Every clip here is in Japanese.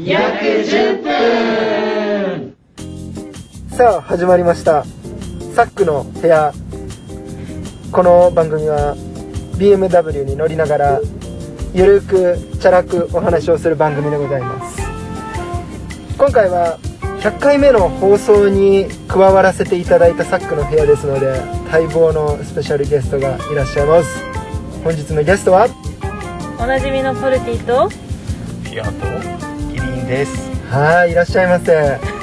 約10分。 さあ始まりました、サックの部屋。この番組は BMW に乗りながらゆるくチャラくお話をする番組でございます。今回は100回目の放送に加わらせていただいたサックの部屋ですので、待望のスペシャルゲストがいらっしゃいます。本日のゲストはおなじみのポルティとピアとキリンです。 はい、いらっしゃいませ。 なんか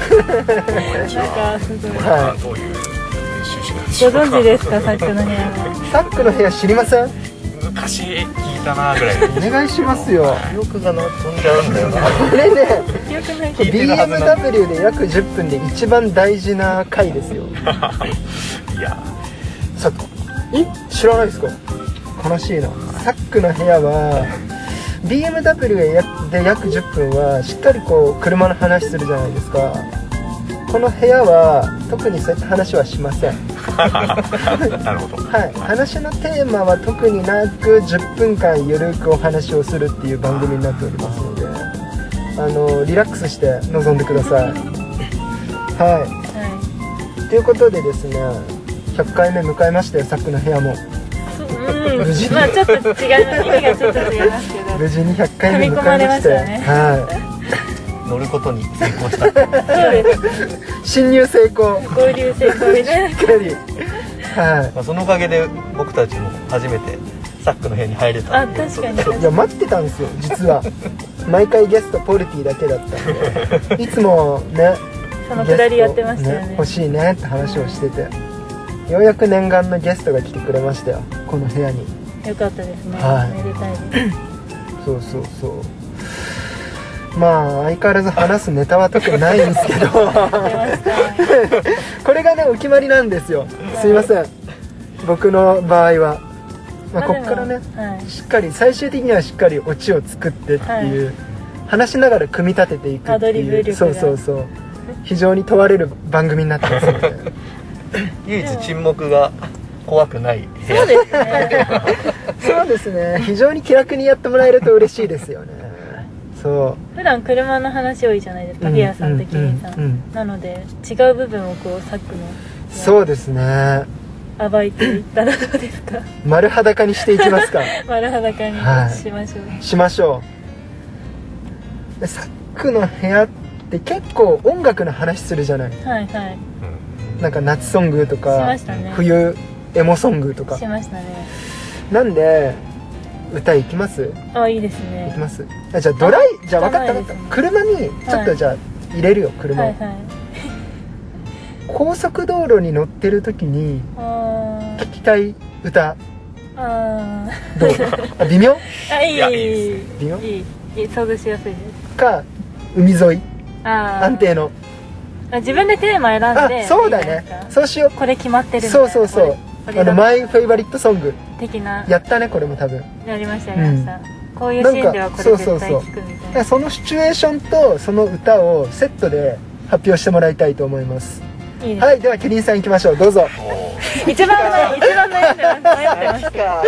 すごい、 はどういう趣旨なんでしょうか。 ご存知ですか、サックの部屋は。 い、サックの部屋知りません？ 昔聞いたなぐらい。 お願いしますよ。 記憶が飛んじゃうんだよな。 これね、 記憶ない聞いてるはずなんだ。 BMW で約10分で一番大事な回ですよ。 いや、 さ知らないですか？悲しいな。サックの部屋は BMW で約10分はしっかりこう車の話するじゃないですか。この部屋は特にそういった話はしません。 なるほど。 はい、話のテーマは特になく10分間ゆるくお話をするっていう番組になっておりますので、リラックスして臨んでください。は、ということでですね、100回目迎えましたよ、サックの部屋も。無事にまあちょっと違う、意味がちょっと違いますけど、 無事に100回目迎えまして、 組み込まれましたね。 は乗ることに成功した。 そうですい、侵入成功。 合流成功みたいな。 しっかり。はまあそのおかげで僕たちも初めてサックの部屋に入れたあ、 っていう確かにい。いや待ってたんですよ、実は。毎回ゲストポルティだけだったんで、いつもね、 そのくだりやってましたよね。 欲しいねって話をしてて、ようやく念願のゲストが来てくれましたよ、この部屋に。 よかったですね。 はいめでたいです。 そうそうそう。まあ相変わらず話すネタは特にないんですけど出ました。 これがねお決まりなんですよ。すいません、僕の場合は、まあ、こっからね、 はい、 しっかり最終的にはしっかりオチを作ってっていう、 はい、 話しながら組み立てていくってアドリブいう、 力がそうそうそう、非常に問われる番組になってますので唯一沈黙が怖くない部屋。 そうですね。 そうですね、非常に気楽にやってもらえると嬉しいですよね。そう、 普段車の話多いじゃないですか、ピアさんとキリンさん、なので違う部分をこうサックのそうですね、 暴いていったらどうですか？ 丸裸にしていきますか。 丸裸にしましょう、 しましょう。でサックの部屋って結構音楽の話するじゃない。 はいはい、 なんか夏ソングとしか、 ましたね、 冬エモソングとかしましたね。 なんで歌いきます？ あ、いいですね。 いきます。あ、じゃあじゃあ分かった分かった、車にちょっとじゃあ入れるよ、車を、 はいはい、 高速道路に乗ってる時に聴きたい歌どう？あ、微妙？ あ、いい、 いやいい微妙いい、想像しやすいです。 か海沿いあ、 安定の。 自分でテーマ選んで。 あ、そうだね、そうしよう。 これ決まってるみたいな。 そうそうそう、マイフェイバリットソング的な。 やったね、これも多分やりましたやりました、こういうシーンではこれ絶対聞くみたいな。 そのシチュエーションとその歌をセットで発表してもらいたいと思います。 いいです。 はい、ではキリンさん行きましょう、どうぞ。 一番悩んでました。 いや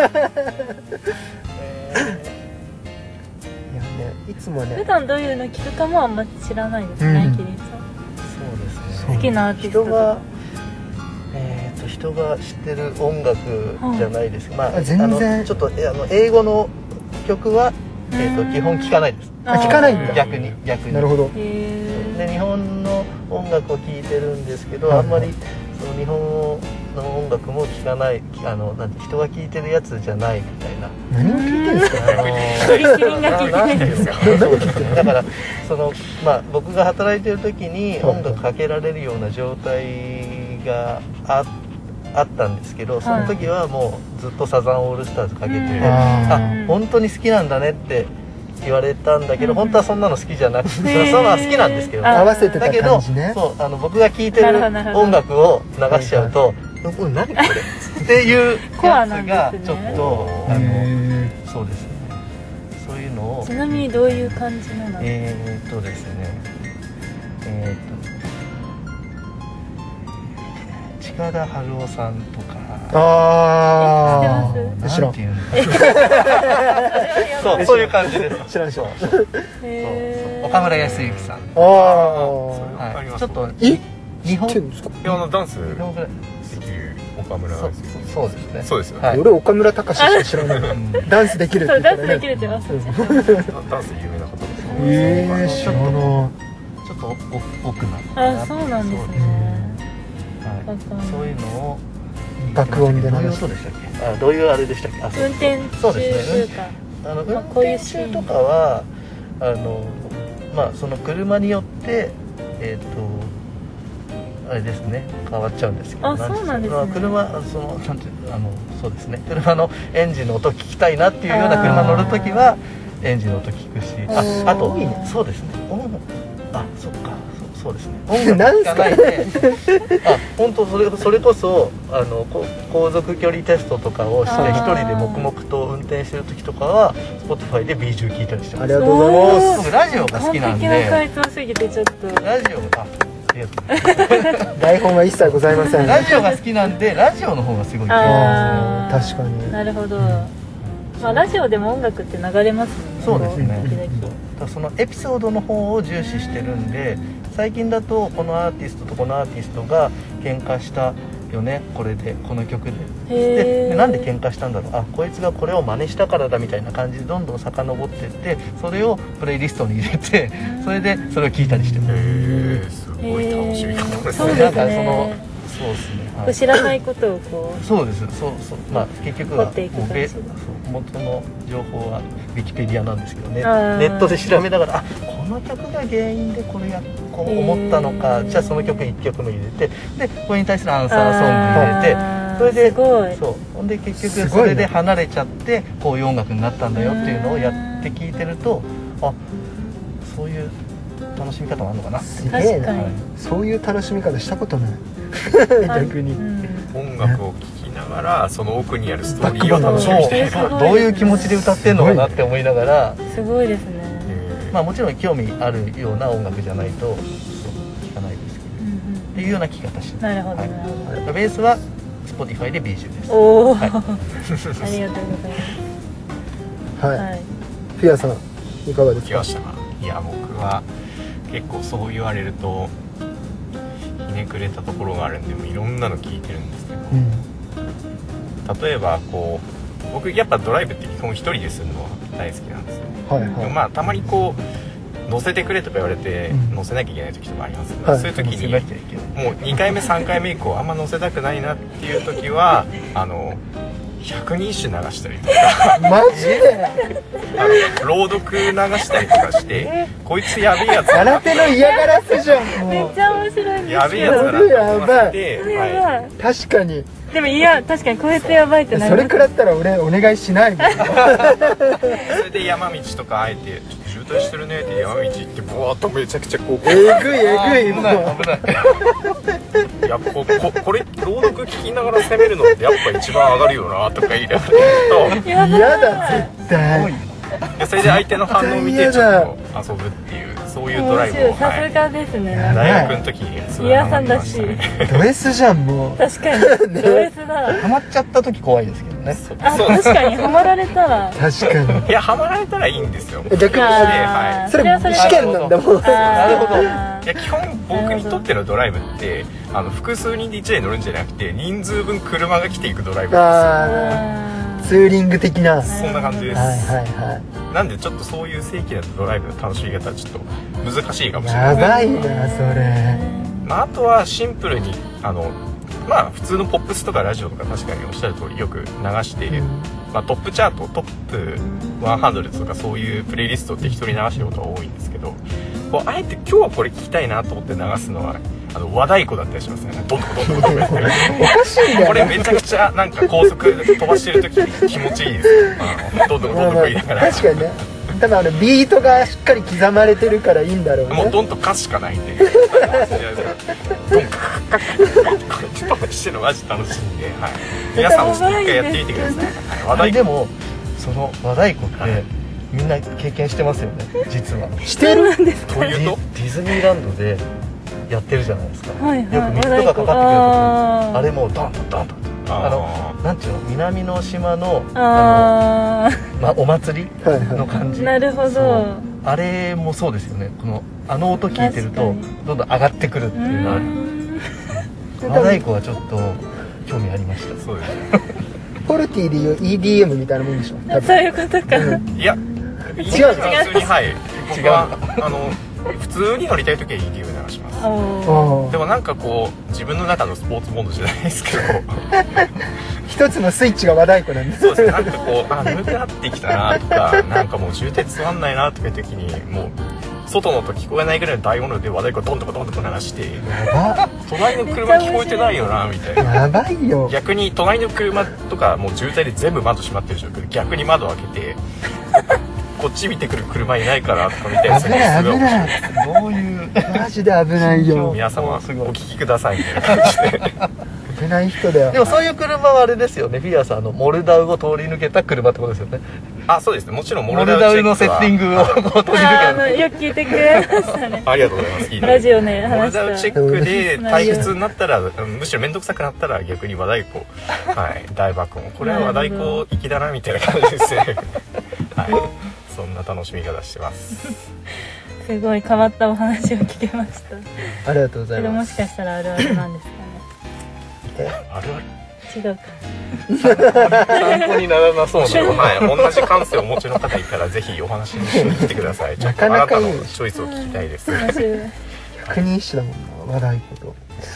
ね、いつもね、 普段どういうの聞くかもあんま知らないですね、キリンさん。 そうですね。 好きなアーティストとか。 人が知ってる音楽じゃないです。まあ全然ちょっと英語の曲は基本聞かないです。 聞かないんだ。 逆に。 なるほど。 で日本の音楽を聴いてるんですけど、あんまりその日本の音楽も聴かない、なんて人が聴いてるやつじゃないみたいな。 何を聞いてるんですか？ キリンが聞いてないんですか？ だからまあ僕が働いてる時に音楽かけられるような状態があったんですけど、その時はもうずっとサザンオールスターズかけて、本当に好きなんだねって言われたんだけど、本当はそんなの好きじゃなくて、そのは好きなんですけど、 合わせてた感じね。 だけどそう僕が聴いてる音楽を流しちゃうと「何これ?」っていうやつがちょっとそうですね、そういうのを。 ちなみにどういう感じなの？ ですね、違近田春夫さんとか、 ああ、知らん。 なんていうんだそういう感じです。 知らん。 そう岡村康之さん。 ああ、 はい、ちょっと日本知ってんですか？ ダンスで日本ぐらいきる岡村ですよ。 そうですね。 そうですよ。 はい。 俺岡村隆史しか知らない。ダンスできるってそう、 言ったらね。 ダンスできるって言います。 ダンス有名な方ですね。 知らない。 ちょっと奥な。 あ、そうなんですね。 はい。そういうのを爆音でどういう流す。 音でしたっけ？あ、どういうあれでしたっけ？あ、 運転中というか、 運こういう転シーン中とかはまあその車によってあれですね、変わっちゃうんですけど、 あ、そうなんですね。 車なんてそうですね、車のエンジンの音聞きたいなっていうような車乗るときはエンジンの音聞くし、あとそうですね、そうですね、音楽聞かないで本当それこそ航続距離テストとかをして一人で黙々と運転してる時とかは Spotify で BGM 聞いたりしてます。 ありがとうございます。 僕ラジオが好きなんで、 完璧な回答すぎてちょっとラジオが台本は一切ございません。 ラジオが好きなんでラジオの方がすごい聞きますね。 確かに。 なるほど。まあラジオでも音楽って流れますもんね。 そうですね。 時々 そのエピソードの方を重視してるんで、最近だとこのアーティストとこのアーティストが喧嘩したよね、これでこの曲でなんで喧嘩したんだろう、あ、こいつがこれを真似したからだみたいな感じでどんどん遡っていって、それをプレイリストに入れて、それを聞いたりしてます。 すごい楽しみ方ですね。 そうですね。 そうですね。 知らないことをこう。 そうです。まあ結局はもう元の情報はウィキペディアなんですけどね。ネットで調べながら、あ、この曲が原因でこう思ったのか、じゃあその曲1曲目入れて、でこれに対するアンサーソング入れて、それでほんで結局それで離れちゃってこういう音楽になったんだよっていうのをやって聞いてると、あ、そういう楽しみ方もあるのかな。 すげえな。そういう楽しみ方したことない。逆に音楽を聴きながらその奥にあるストーリーを楽しみにしている。 どういう気持ちで歌ってんのかなって思いながら、 すごいですね。 まあもちろん興味あるような音楽じゃないと聴かないですけど、っていうような聴き方してます。 なるほどなるほど。 ベースは Spotify で BGM です。 おお、ありがとうございます。 はい。フィアさんいかがですか？ 来ましたか？いや、僕は結構そう言われるとひねくれたところがあるんで、いろんなの聞いてるんですけど、例えばこう僕やっぱドライブって基本一人でするのは大好きなんですよ。でもまあたまにこう乗せてくれとか言われて乗せなきゃいけない時とかありますが、そういう時にもう2回目3回目以降あんま乗せたくないなっていう時は百人一首流したりとかマジで朗読流したりとかしてこいつやべえやつ新手の嫌がらせじゃん。 めっちゃ面白いんですけど。 やべえやつだなって思わせて、 確かに。 でも確かにこいつやばいってなる。 それ食らったら俺お願いしないもん。 それで山道とかあえてちょっと渋滞してるねって山道行ってボワーっとめちゃくちゃこうえぐいもう。 いやこれ朗読聞きながら攻めるのってやっぱ一番上がるよなとか言いながら嫌だ絶対。 それで相手の反応を見てちょっと遊ぶっていうそういうドライブをさすがですね。 大学の時にすごいイヤさんだし。 ド S じゃんもう。 確かにド S だ。 ハマっちゃった時怖いですけどね。 あ、確かにハマられたら。 確かに。 いやハマられたらいいんですよ。 逆にそれ試験なんだもん。 なるほど。 いや基本僕にとってのドライブって複数人で1台乗るんじゃなくて人数分車が来ていくドライブなんですよ。 ツーリング的な。 そんな感じです。なんでちょっとそういう正規なドライブの楽しみ方はちょっと難しいかもしれない。 やばいなそれ。 あとはシンプルにまあ普通のポップスとかラジオとか確かにおっしゃる通りよく流している、トップチャートトップ100とかそういうプレイリストって適当に流してることが多いんですけど、こうあえて今日はこれ聞きたいなと思って流すのは和太鼓だったりしますね。どんどんおかしいね。 これめちゃくちゃなんか高速飛ばしてる時に気持ちいいですよ。どんどん言いながら。 確かにね。多分ビートがしっかり刻まれてるからいいんだろうね。 もうどんと歌詞しかないんで。ドンカッカッカッカッカッしてるのマジ楽しいんで、皆さんも一回やってみてください。 和太鼓でもその和太鼓ってみんな経験してますよね。実はしてるんですか。ディズニーランドでやってるじゃないですか、 はいはい、 よく水とかかかってくるところあれもうドンドンドンとなんていうの、南の島のお祭りの感じ、 なるほど。 あれもそうですよね。あの音聞いてるとどんどん上がってくるっていうのは和太鼓はちょっと興味ありました。 そうですね。 ポルティでいう EDM みたいなもんでしょ。 そういうことか。 いや、 違う普通に、はい、僕は普通に乗りたい時は EDM 流します。でもなんかこう自分の中のスポーツモードじゃないですけど一つのスイッチが和太鼓なんです。 そうですね。なんかこう眠くなってきたなとか、なんかもう充電つまんないなとかいう時にもう外の音聞こえないぐらいの大音量で和太鼓をドンとかドンとか鳴らして、隣の車聞こえてないよなみたいな。 やばいよ。 逆に隣の車とかもう渋滞で全部窓閉まってる状況で逆に窓開けてこっち見てくる車いないからとかみたいな。 危ない危ない。 どういうマジで危ないよ。 皆様お聞きくださいみたいな感じで。 危ない人だよ。 でもそういう車はあれですよね。フィアさんモルダウを通り抜けた車ってことですよね。 あ、そうですね。もちろんモルダウのセッティングを通り抜けた。 よく聞いてくれましたね。 ありがとうございます。 ラジオねモル話した。 ダウチェックで退屈になったら、むしろ面倒くさくなったら逆に和太鼓、はい、大爆音。これは和太鼓粋だなみたいな感じですね。はい。そんな楽しみ方してます。 すごい変わったお話を聞けました。 ありがとうございそれもます。 しかしたらあるあるなんですかね。 あるある。 違うか。 参考にならなそうな。 はい、同じ感性をお持ちの方いたらぜひお話にしに来てください。ちょっとあなたのチョイスを聞きたいです。 面白い。 百人一首だもんな、和太鼓と。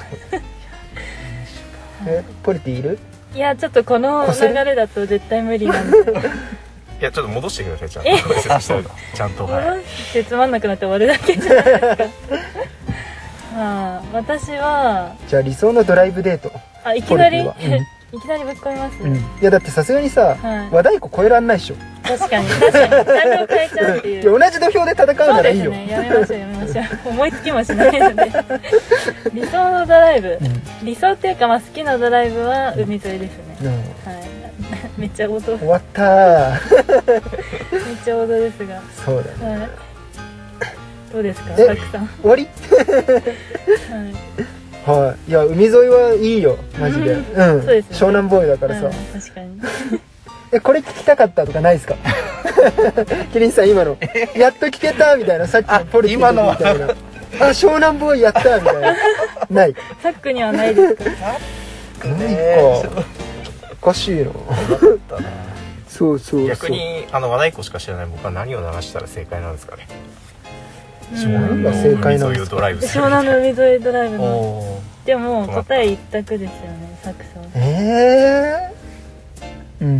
ポルティいる？ いやちょっとこの流れだと絶対無理なんで。 いやちょっと戻してください。ちゃんと。 あ、そうだ。 ちゃんと。はい。 戻してつまんなくなって終わるだけじゃないですか。まあ私はじゃあ理想のドライブデート。 いきなりポルティはいきなりぶっ込みます。 いやだってさすがにさ、 はい和太鼓超えらんないっしょ。 確かにジャンルを変えちゃうっていう。 いや同じ土俵で戦うそうならいいよ。 ですね。やめましょうやめましょう。思いつきもしないので。理想のドライブ、理想っていうか好きなドライブは海沿いですね。はい。めっちゃ王道。 終わったー。 めっちゃ王道ですが。 そうだね。 はい。どうですか、 えたくさん。 終わり？ はい。 はい。いや海沿いはいいよマジで。うん。 そうですね湘南ボーイだからさ。 確かに。 これ聞きたかったとかないですか？キリンさん今のやっと聞けたみたいな、さっきのポルティ今のはみたいな。あ、湘南ボーイやったみたいな。ない。 サックにはないですか？ ないか。おかしいな。そうそうそう。 逆に和太鼓しか知らない僕は何を流したら正解なんですかね。 何が正解なんですか？ ドライブする湘南の海沿いドライブの。 おでも答え一択ですよね、サックさん。 うん。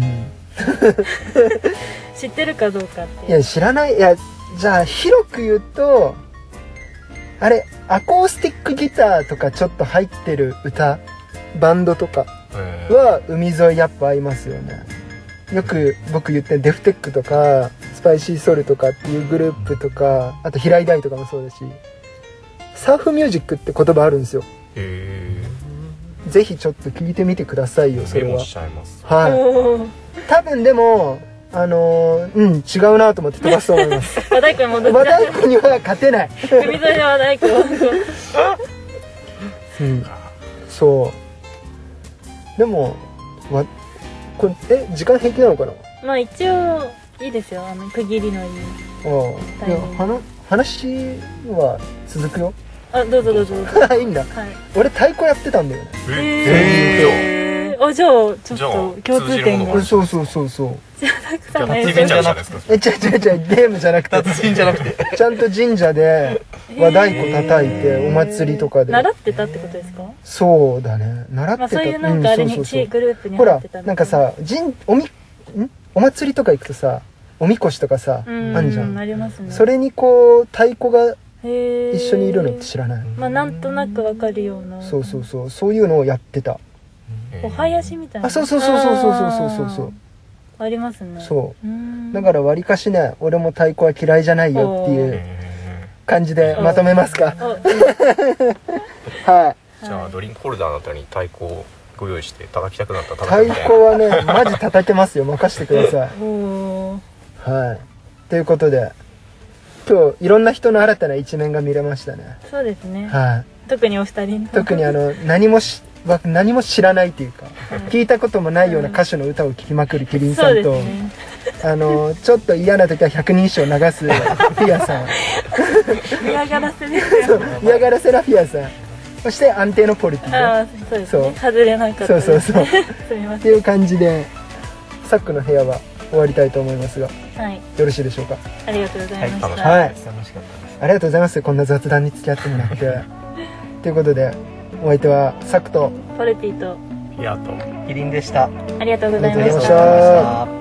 知ってるかどうかって。 いや知らない。いやじゃあ広く言うとあれアコースティックギターとかちょっと入ってる歌バンドとかは海沿いやっぱ合いますよね。よく僕言ってるデフテックとかスパイシーソルとかっていうグループとか、あと平井大とかもそうだし、サーフミュージックって言葉あるんですよ。ぜひちょっと聞いてみてくださいよ。それはメモしちゃいます。 はい。多分でも違うなと思って飛ばすと思います。 和太鼓に戻っ和ちゃう。 太鼓には勝てない。 海沿いの和太鼓を。 そうでもこれ時間平気なのかな？ まあ一応いいですよ、区切りのいい。 いや話は続くよ。 どうぞどうぞどうぞ。 いいんだ。 はい。 俺太鼓やってたんだよね。 じゃあちょっと共通点が。 そうじゃあたくさんの演奏じゃないですか。 違うゲームじゃなくて達人じゃなくてちゃんと神社で和太鼓叩いてお祭りとかで習ってたってことですか？ そうだね、習ってた。 そういうなんかあれにグループにほら入ってたなんかさお祭りとか行くとさおみこしとかさあんじゃん。 ありますね。 それにこう太鼓が一一緒にいるのって知らない？ まあなんとなくわかるような。 そういうのをやってた。 お囃子みたいな。 そうありますね。 そうだからわりかしね、俺も太鼓は嫌いじゃないよっていう感じでまとめますか。はい。 じゃあドリンクホルダーのあたりに太鼓をご用意して叩きたくなったら太鼓はねマジ叩けますよ。任してください。はい。ということで今日いろんな人の新たな一面が見れましたね。 そうですね。 はい。 特にお二人の特に何も知らないというか、聞いたこともないような歌手の歌を聴きまくるキリンさんと、 そうですねちょっと嫌な時は百人一首を流すフィアさん嫌がらせですよね。 嫌がらせなフィアさん、そして安定のポリティねああ、そうですそうね。外れなかったです。 そうそうそうすみません。 っていう感じでサックの部屋は終わりたいと思いますが、よはい。 ろしいでしょうか。 ありがとうございました。 はいはい、 楽しかったですありがとうございます。こんな雑談に付き合ってもらってということで、お相手はサックとポルティといやとキリンでした。 ありがとうございましありがとうございまたした。